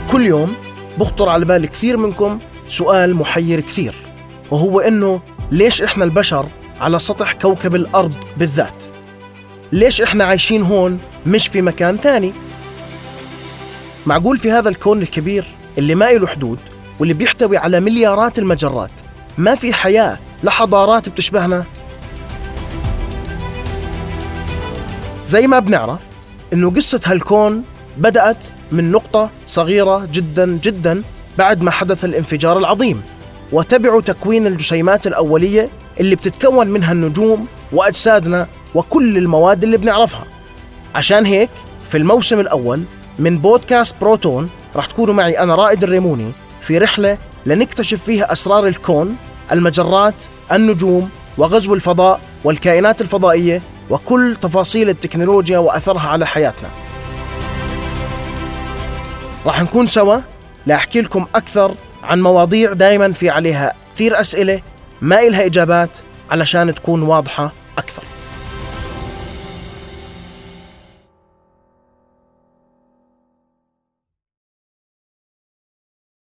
كل يوم بخطر على بال كثير منكم سؤال محير كثير، وهو إنه ليش إحنا البشر على سطح كوكب الأرض بالذات؟ ليش إحنا عايشين هون مش في مكان ثاني؟ معقول في هذا الكون الكبير اللي ما إله حدود واللي بيحتوي على مليارات المجرات ما في حياة لحضارات بتشبهنا؟ زي ما بنعرف إنه قصة هالكون بدأت من نقطة صغيرة جدا جدا بعد ما حدث الانفجار العظيم، وتبعوا تكوين الجسيمات الأولية اللي بتتكون منها النجوم وأجسادنا وكل المواد اللي بنعرفها. عشان هيك في الموسم الأول من بودكاست بروتون رح تكونوا معي أنا رائد الريموني في رحلة لنكتشف فيها أسرار الكون، المجرات، النجوم، وغزو الفضاء والكائنات الفضائية وكل تفاصيل التكنولوجيا وأثرها على حياتنا. رح نكون سوا لأحكي لكم أكثر عن مواضيع دايما في عليها كثير أسئلة ما إلها إجابات علشان تكون واضحة أكثر.